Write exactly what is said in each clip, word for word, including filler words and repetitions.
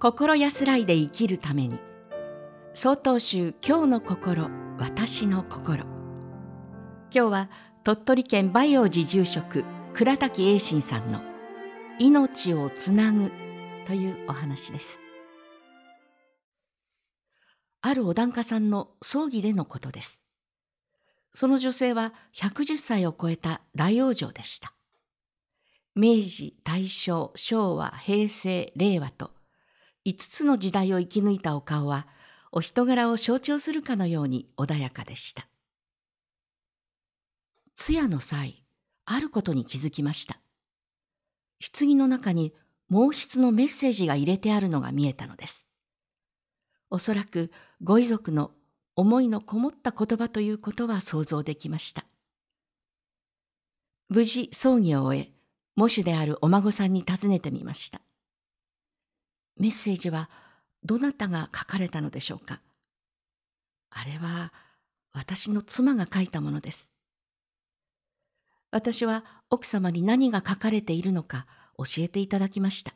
心安らいで生きるために。曹洞宗今日の心、私の心。今日は鳥取県梅陽寺住職倉滝英心さんの命をつなぐというお話です。あるお檀家さんの葬儀でのことです。その女性はひゃくじゅっさいを超えた大往生でした。明治、大正、昭和、平成、令和といつつの時代を生き抜いたお顔はお人柄を象徴するかのように穏やかでした。通夜の際、あることに気づきました。棺の中に毛筆のメッセージが入れてあるのが見えたのです。おそらくご遺族の思いのこもった言葉ということは想像できました。無事葬儀を終え、喪主であるお孫さんに尋ねてみました。メッセージはどなたが書かれたのでしょうか。あれは私の妻が書いたものです。私は奥様に何が書かれているのか教えていただきました。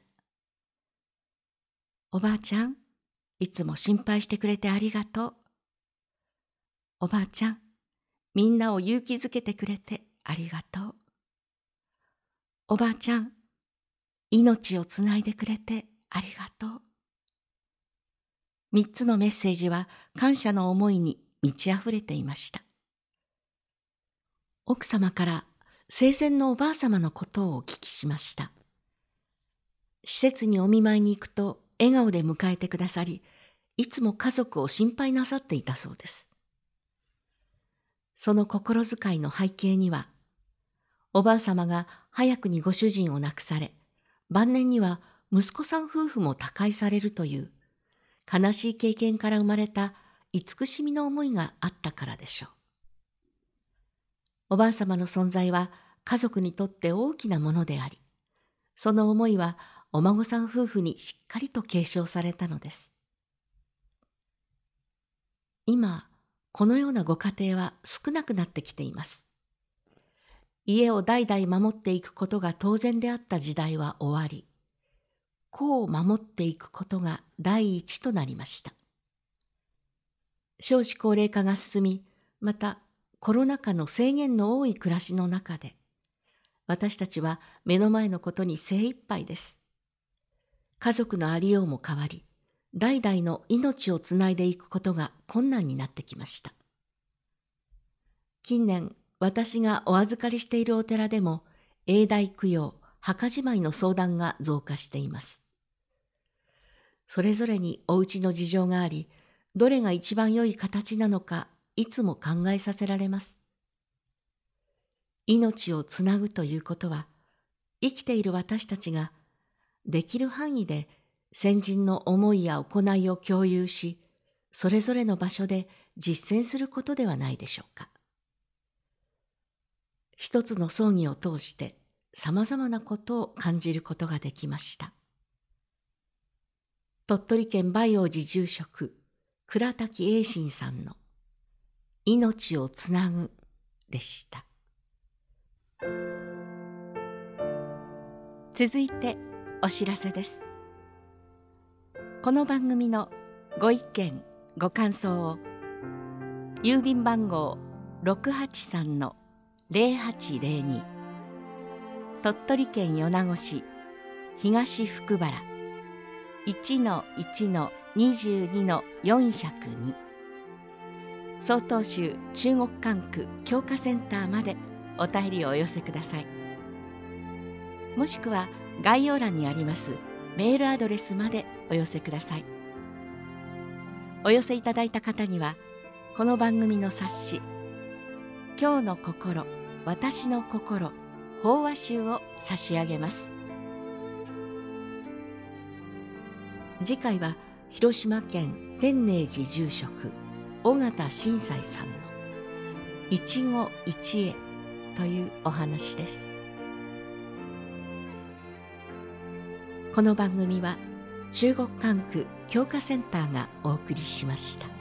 おばあちゃん、いつも心配してくれてありがとう。おばあちゃん、みんなを勇気づけてくれてありがとう。おばあちゃん、命をつないでくれてありがとう。三つのメッセージは感謝の思いに満ち溢れていました。奥様から生前のおばあ様のことをお聞きしました。施設にお見舞いに行くと笑顔で迎えてくださり、いつも家族を心配なさっていたそうです。その心遣いの背景には、おばあ様が早くにご主人を亡くされ、晩年には息子さん夫婦も他界されるという悲しい経験から生まれた慈しみの思いがあったからでしょう。おばあ様の存在は家族にとって大きなものであり、その思いはお孫さん夫婦にしっかりと継承されたのです。今、このようなご家庭は少なくなってきています。家を代々守っていくことが当然であった時代は終わり、子を守っていくことが第一となりました。少子高齢化が進み、またコロナ禍の制限の多い暮らしの中で、私たちは目の前のことに精一杯です。家族のありようも変わり、代々の命をつないでいくことが困難になってきました。近年、私がお預かりしているお寺でも、永代供養、墓じまいの相談が増加しています。それぞれにお家の事情があり、どれが一番良い形なのか、いつも考えさせられます。命をつなぐということは、生きている私たちが、できる範囲で先人の思いや行いを共有し、それぞれの場所で実践することではないでしょうか。一つの葬儀を通してさまざまなことを感じることができました。鳥取県梅陽寺住職倉滝英心さんの命をつなぐでした。続いてお知らせです。この番組のご意見ご感想を郵便番号 ろくはちさんのゼロはちゼロに 鳥取県米子市東福原 いちのいちのにじゅうにのよんひゃくに 曹洞宗中国管区教化センターまでお便りをお寄せください。もしくは概要欄にありますメールアドレスまでお寄せください。お寄せいただいた方にはこの番組の冊子「今日の心私の心法話集」を差し上げます。次回は広島県天寧寺住職尾形真斎さんの一期一会というお話です。この番組は中国管区教化センターがお送りしました。